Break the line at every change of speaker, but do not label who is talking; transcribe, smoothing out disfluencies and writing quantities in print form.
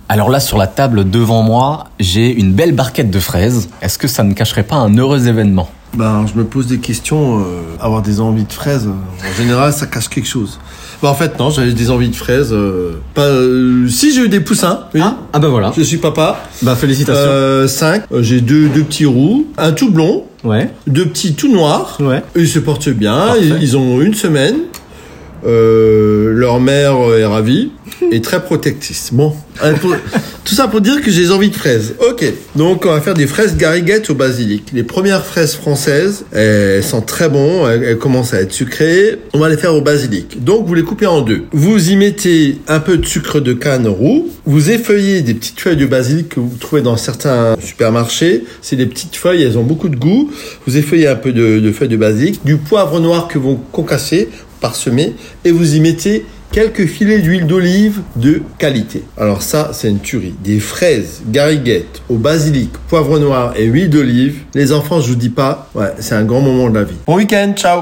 Alors là, sur la table devant moi, j'ai une belle barquette de fraises. Est-ce que ça ne cacherait pas un heureux événement ?
Je me pose des questions. Avoir des envies de fraises, en général, ça cache quelque chose. En fait, non, j'avais des envies de fraises. Si, j'ai eu des poussins. Oui.
Ah bah voilà.
Je suis papa.
Félicitations.
5. J'ai deux petits roux, un tout blond,
Ouais.
2 petits tout noirs.
Ouais.
Ils se portent bien.
Parfait.
Ils ont 1 semaine. Leur mère est ravie et très protectrice. Bon, tout ça pour dire que j'ai envie de fraises. Ok, donc on va faire des fraises gariguettes au basilic. Les premières fraises françaises, elles sont très bon, elles commencent à être sucrées. On va les faire au basilic. Donc vous les coupez en 2. Vous y mettez un peu de sucre de canne roux. Vous effeuillez des petites feuilles de basilic que vous trouvez dans certains supermarchés. C'est des petites feuilles, elles ont beaucoup de goût. Vous effeuillez un peu de feuilles de basilic, du poivre noir que vous concassez, parsemé, et vous y mettez quelques filets d'huile d'olive de qualité. Alors ça, c'est une tuerie. Des fraises gariguettes au basilic, poivre noir et huile d'olive. Les enfants, je vous dis pas, ouais, c'est un grand moment de la vie. Bon week-end, ciao.